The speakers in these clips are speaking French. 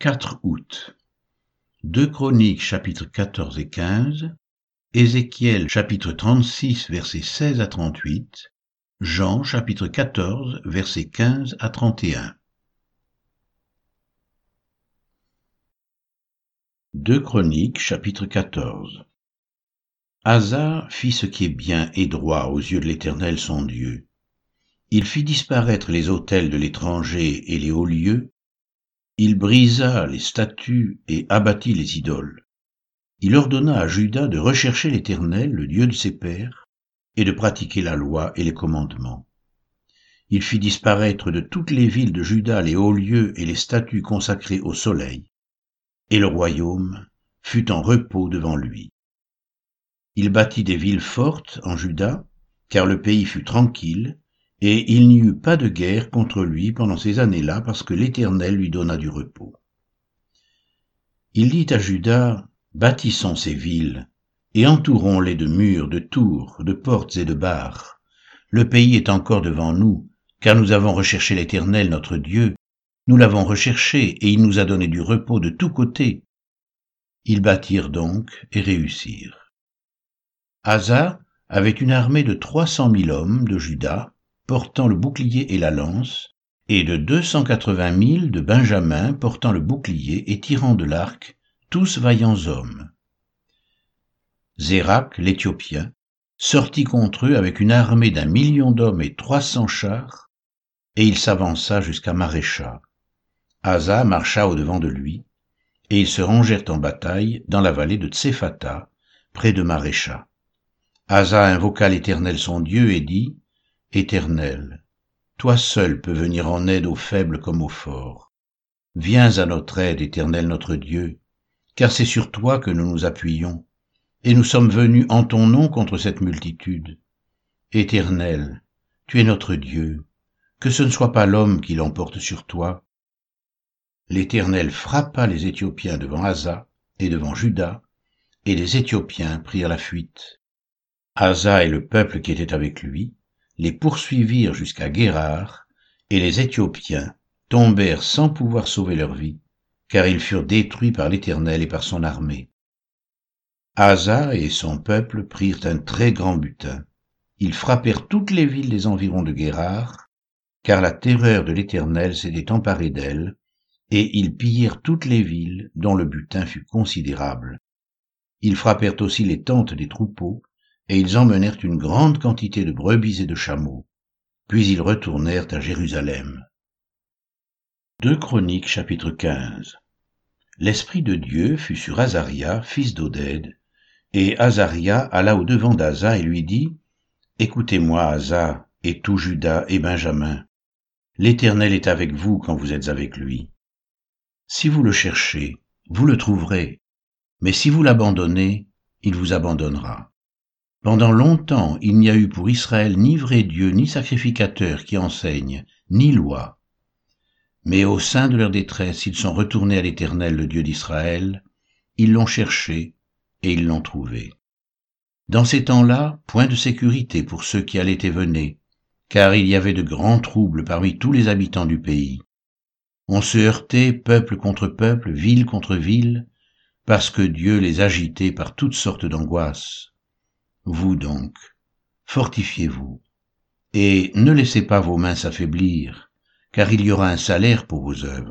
4 août. 2 Chroniques chapitres 14 et 15, Ézéchiel chapitre 36 versets 16 à 38, Jean chapitre 14 versets 15 à 31. 2 Chroniques chapitre 14. Asa fit ce qui est bien et droit aux yeux de l'Éternel son Dieu. Il fit disparaître les autels de l'étranger et les hauts lieux. Il brisa les statues et abattit les idoles. Il ordonna à Juda de rechercher l'Éternel, le Dieu de ses pères, et de pratiquer la loi et les commandements. Il fit disparaître de toutes les villes de Juda les hauts lieux et les statues consacrées au soleil, et le royaume fut en repos devant lui. Il bâtit des villes fortes en Juda, car le pays fut tranquille, et il n'y eut pas de guerre contre lui pendant ces années-là, parce que l'Éternel lui donna du repos. Il dit à Juda, bâtissons ces villes, et entourons-les de murs, de tours, de portes et de barres. Le pays est encore devant nous, car nous avons recherché l'Éternel notre Dieu. Nous l'avons recherché, et il nous a donné du repos de tous côtés. Ils bâtirent donc et réussirent. Asa avait une armée de 300 000 hommes de Juda, portant le bouclier et la lance, et de 280 000 de Benjamin portant le bouclier et tirant de l'arc, tous vaillants hommes. Zérak, l'Éthiopien, sortit contre eux avec une armée d'1 million d'hommes et 300 chars, et il s'avança jusqu'à Marécha. Asa marcha au-devant de lui, et ils se rangèrent en bataille dans la vallée de Tsephata, près de Marécha. Asa invoqua l'Éternel son Dieu et dit, « Éternel, toi seul peux venir en aide aux faibles comme aux forts. Viens à notre aide, Éternel notre Dieu, car c'est sur toi que nous nous appuyons, et nous sommes venus en ton nom contre cette multitude. Éternel, tu es notre Dieu, que ce ne soit pas l'homme qui l'emporte sur toi. » L'Éternel frappa les Éthiopiens devant Asa et devant Juda, et les Éthiopiens prirent la fuite. Asa et le peuple qui était avec lui les poursuivirent jusqu'à Guérar, et les Éthiopiens tombèrent sans pouvoir sauver leur vie, car ils furent détruits par l'Éternel et par son armée. Asa et son peuple prirent un très grand butin. Ils frappèrent toutes les villes des environs de Guérar, car la terreur de l'Éternel s'était emparée d'elles, et ils pillèrent toutes les villes dont le butin fut considérable. Ils frappèrent aussi les tentes des troupeaux, et ils emmenèrent une grande quantité de brebis et de chameaux. Puis ils retournèrent à Jérusalem. 2 Chroniques chapitre 15. L'Esprit de Dieu fut sur Azaria, fils d'Oded, et Azaria alla au-devant d'Asa et lui dit, « Écoutez-moi, Asa, et tout Juda et Benjamin. L'Éternel est avec vous quand vous êtes avec lui. Si vous le cherchez, vous le trouverez, mais si vous l'abandonnez, il vous abandonnera. Pendant longtemps, il n'y a eu pour Israël ni vrai Dieu, ni sacrificateur qui enseigne, ni loi. Mais au sein de leur détresse, ils sont retournés à l'Éternel, le Dieu d'Israël. Ils l'ont cherché et ils l'ont trouvé. Dans ces temps-là, point de sécurité pour ceux qui allaient et venaient, car il y avait de grands troubles parmi tous les habitants du pays. On se heurtait peuple contre peuple, ville contre ville, parce que Dieu les agitait par toutes sortes d'angoisses. Vous donc, fortifiez-vous, et ne laissez pas vos mains s'affaiblir, car il y aura un salaire pour vos œuvres. »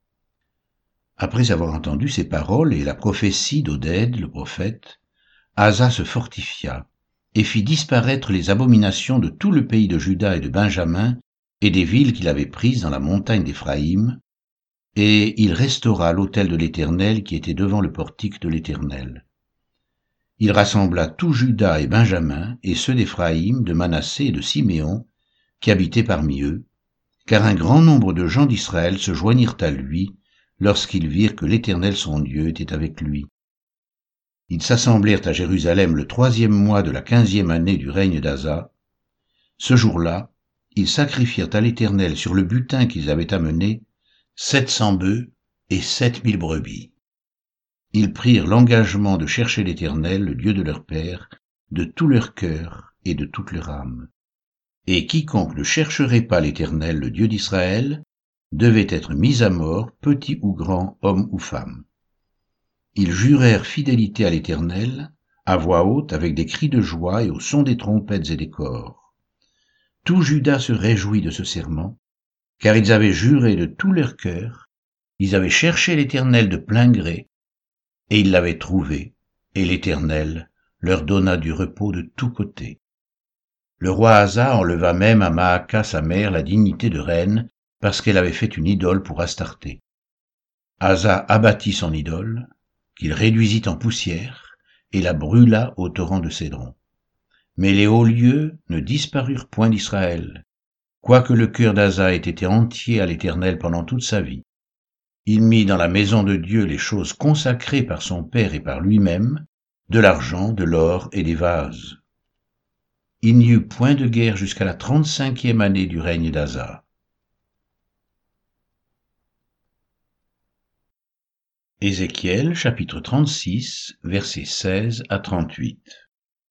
Après avoir entendu ces paroles et la prophétie d'Oded, le prophète, Asa se fortifia et fit disparaître les abominations de tout le pays de Juda et de Benjamin et des villes qu'il avait prises dans la montagne d'Éphraïm, et il restaura l'autel de l'Éternel qui était devant le portique de l'Éternel. Il rassembla tout Juda et Benjamin, et ceux d'Éphraïm, de Manassé et de Siméon, qui habitaient parmi eux, car un grand nombre de gens d'Israël se joignirent à lui lorsqu'ils virent que l'Éternel son Dieu était avec lui. Ils s'assemblèrent à Jérusalem le 3e mois de la 15e année du règne d'Asa. Ce jour-là, ils sacrifièrent à l'Éternel sur le butin qu'ils avaient amené 700 bœufs et 7000 brebis. Ils prirent l'engagement de chercher l'Éternel, le Dieu de leur père, de tout leur cœur et de toute leur âme. Et quiconque ne chercherait pas l'Éternel, le Dieu d'Israël, devaient être mis à mort, petit ou grand, homme ou femme. Ils jurèrent fidélité à l'Éternel, à voix haute, avec des cris de joie et au son des trompettes et des cors. Tout Juda se réjouit de ce serment, car ils avaient juré de tout leur cœur, ils avaient cherché l'Éternel de plein gré, et ils l'avaient trouvé, et l'Éternel leur donna du repos de tous côtés. Le roi Asa enleva même à Maaka sa mère la dignité de reine, parce qu'elle avait fait une idole pour Astarté. Asa abattit son idole, qu'il réduisit en poussière, et la brûla au torrent de Cédron. Mais les hauts lieux ne disparurent point d'Israël, quoique le cœur d'Asa ait été entier à l'Éternel pendant toute sa vie. Il mit dans la maison de Dieu les choses consacrées par son père et par lui-même, de l'argent, de l'or et des vases. Il n'y eut point de guerre jusqu'à la 35e année du règne d'Asa. Ézéchiel chapitre 36, versets 16 à 38.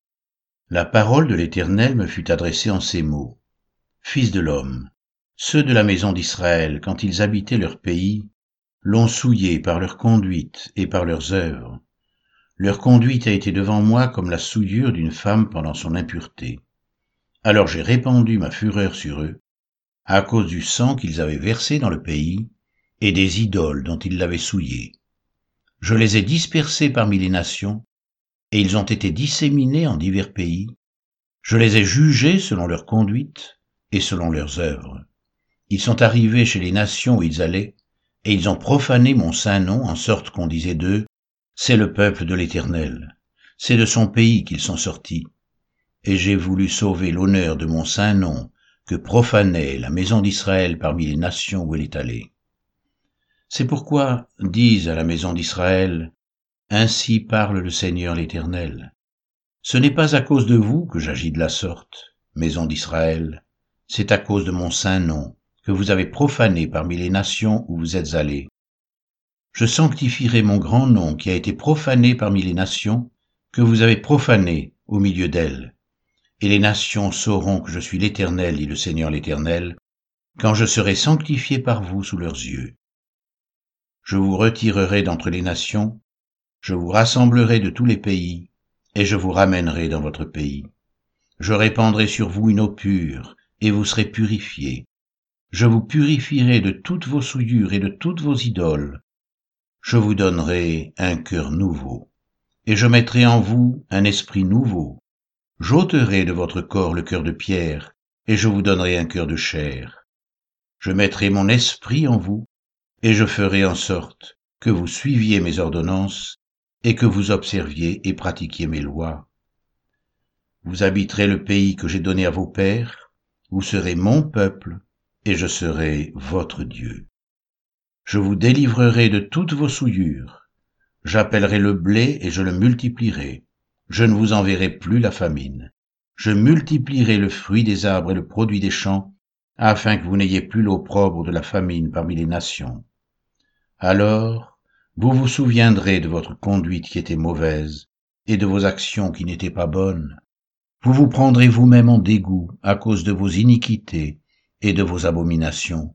La parole de l'Éternel me fut adressée en ces mots. Fils de l'homme, ceux de la maison d'Israël, quand ils habitaient leur pays, l'ont souillé par leur conduite et par leurs œuvres. Leur conduite a été devant moi comme la souillure d'une femme pendant son impureté. Alors j'ai répandu ma fureur sur eux, à cause du sang qu'ils avaient versé dans le pays, et des idoles dont ils l'avaient souillé. Je les ai dispersés parmi les nations, et ils ont été disséminés en divers pays. Je les ai jugés selon leur conduite et selon leurs œuvres. Ils sont arrivés chez les nations où ils allaient, et ils ont profané mon saint nom, en sorte qu'on disait d'eux, c'est le peuple de l'Éternel, c'est de son pays qu'ils sont sortis. Et j'ai voulu sauver l'honneur de mon saint nom, que profanait la maison d'Israël parmi les nations où elle est allée. C'est pourquoi, dis à la maison d'Israël, ainsi parle le Seigneur l'Éternel. Ce n'est pas à cause de vous que j'agis de la sorte, maison d'Israël, c'est à cause de mon saint nom, que vous avez profané parmi les nations où vous êtes allés. Je sanctifierai mon grand nom qui a été profané parmi les nations, que vous avez profané au milieu d'elles. Et les nations sauront que je suis l'Éternel, dit le Seigneur l'Éternel, quand je serai sanctifié par vous sous leurs yeux. Je vous retirerai d'entre les nations, je vous rassemblerai de tous les pays, et je vous ramènerai dans votre pays. Je répandrai sur vous une eau pure, et vous serez purifiés. Je vous purifierai de toutes vos souillures et de toutes vos idoles. Je vous donnerai un cœur nouveau, et je mettrai en vous un esprit nouveau. J'ôterai de votre corps le cœur de pierre, et je vous donnerai un cœur de chair. Je mettrai mon esprit en vous, et je ferai en sorte que vous suiviez mes ordonnances, et que vous observiez et pratiquiez mes lois. Vous habiterez le pays que j'ai donné à vos pères, vous serez mon peuple, et je serai votre Dieu. Je vous délivrerai de toutes vos souillures. J'appellerai le blé et je le multiplierai. Je ne vous enverrai plus la famine. Je multiplierai le fruit des arbres et le produit des champs, afin que vous n'ayez plus l'opprobre de la famine parmi les nations. Alors, vous vous souviendrez de votre conduite qui était mauvaise, et de vos actions qui n'étaient pas bonnes. Vous vous prendrez vous-même en dégoût à cause de vos iniquités et de vos abominations.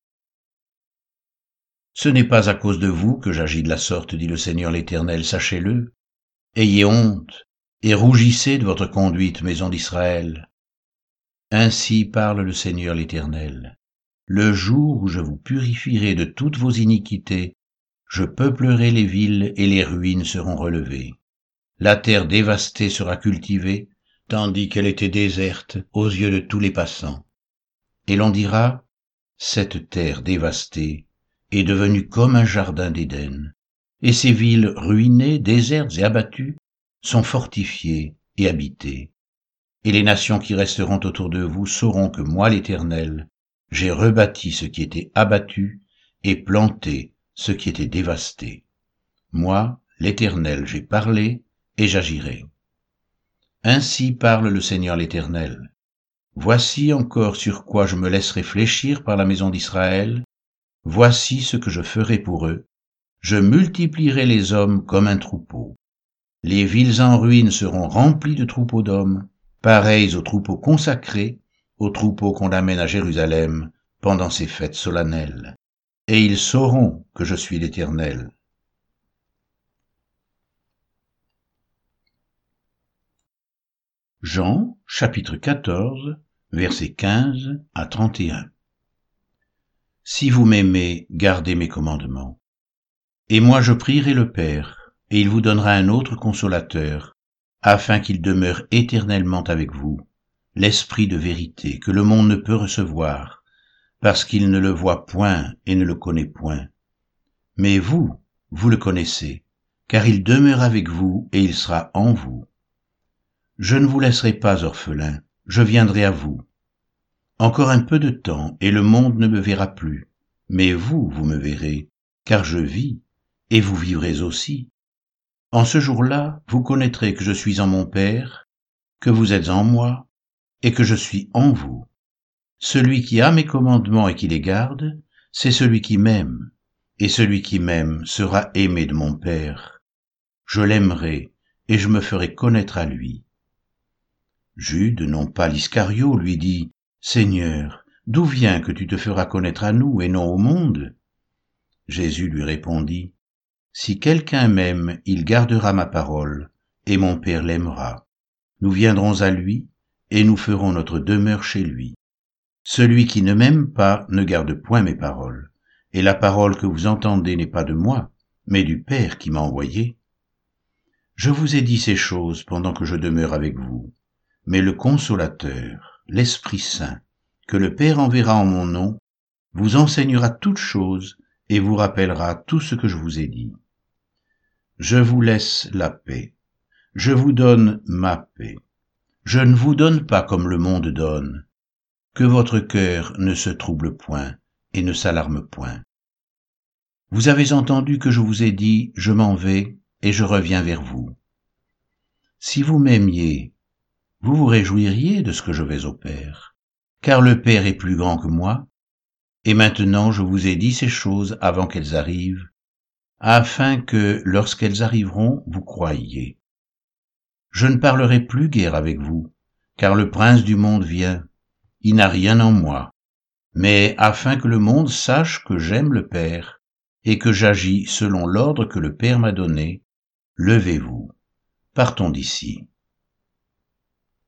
Ce n'est pas à cause de vous que j'agis de la sorte, dit le Seigneur l'Éternel, sachez-le. Ayez honte et rougissez de votre conduite, maison d'Israël. Ainsi parle le Seigneur l'Éternel. Le jour où je vous purifierai de toutes vos iniquités, je peuplerai les villes et les ruines seront relevées. La terre dévastée sera cultivée, tandis qu'elle était déserte aux yeux de tous les passants. Et l'on dira, cette terre dévastée est devenue comme un jardin d'Éden, et ces villes ruinées, désertes et abattues sont fortifiées et habitées. Et les nations qui resteront autour de vous sauront que moi, l'Éternel, j'ai rebâti ce qui était abattu et planté ce qui était dévasté. Moi, l'Éternel, j'ai parlé et j'agirai. Ainsi parle le Seigneur l'Éternel. Voici encore sur quoi je me laisse réfléchir par la maison d'Israël. Voici ce que je ferai pour eux. Je multiplierai les hommes comme un troupeau. Les villes en ruine seront remplies de troupeaux d'hommes, pareils aux troupeaux consacrés, aux troupeaux qu'on amène à Jérusalem pendant ces fêtes solennelles. et ils sauront que je suis l'Éternel. Jean, chapitre 14, versets 15 à 31. Si vous m'aimez, gardez mes commandements. Et moi je prierai le Père, et il vous donnera un autre consolateur, afin qu'il demeure éternellement avec vous, l'Esprit de vérité que le monde ne peut recevoir, parce qu'il ne le voit point et ne le connaît point. Mais vous, vous le connaissez, car il demeure avec vous et il sera en vous. Je ne vous laisserai pas orphelin, je viendrai à vous. Encore un peu de temps, et le monde ne me verra plus, mais vous, vous me verrez, car je vis, et vous vivrez aussi. En ce jour-là, vous connaîtrez que je suis en mon Père, que vous êtes en moi, et que je suis en vous. Celui qui a mes commandements et qui les garde, c'est celui qui m'aime, et celui qui m'aime sera aimé de mon Père. Je l'aimerai, et je me ferai connaître à lui. Jude, non pas l'Iscario, lui dit, « Seigneur, d'où vient que tu te feras connaître à nous et non au monde ?» Jésus lui répondit, « Si quelqu'un m'aime, il gardera ma parole, et mon Père l'aimera. Nous viendrons à lui, et nous ferons notre demeure chez lui. Celui qui ne m'aime pas ne garde point mes paroles, et la parole que vous entendez n'est pas de moi, mais du Père qui m'a envoyé. Je vous ai dit ces choses pendant que je demeure avec vous. Mais le Consolateur, l'Esprit Saint, que le Père enverra en mon nom, vous enseignera toutes choses et vous rappellera tout ce que je vous ai dit. Je vous laisse la paix. Je vous donne ma paix. Je ne vous donne pas comme le monde donne. Que votre cœur ne se trouble point et ne s'alarme point. Vous avez entendu que je vous ai dit, je m'en vais et je reviens vers vous. Si vous m'aimiez, vous vous réjouiriez de ce que je vais au Père, car le Père est plus grand que moi, et maintenant je vous ai dit ces choses avant qu'elles arrivent, afin que, lorsqu'elles arriveront, vous croyiez. Je ne parlerai plus guère avec vous, car le prince du monde vient, il n'a rien en moi, mais afin que le monde sache que j'aime le Père, et que j'agis selon l'ordre que le Père m'a donné, levez-vous, partons d'ici.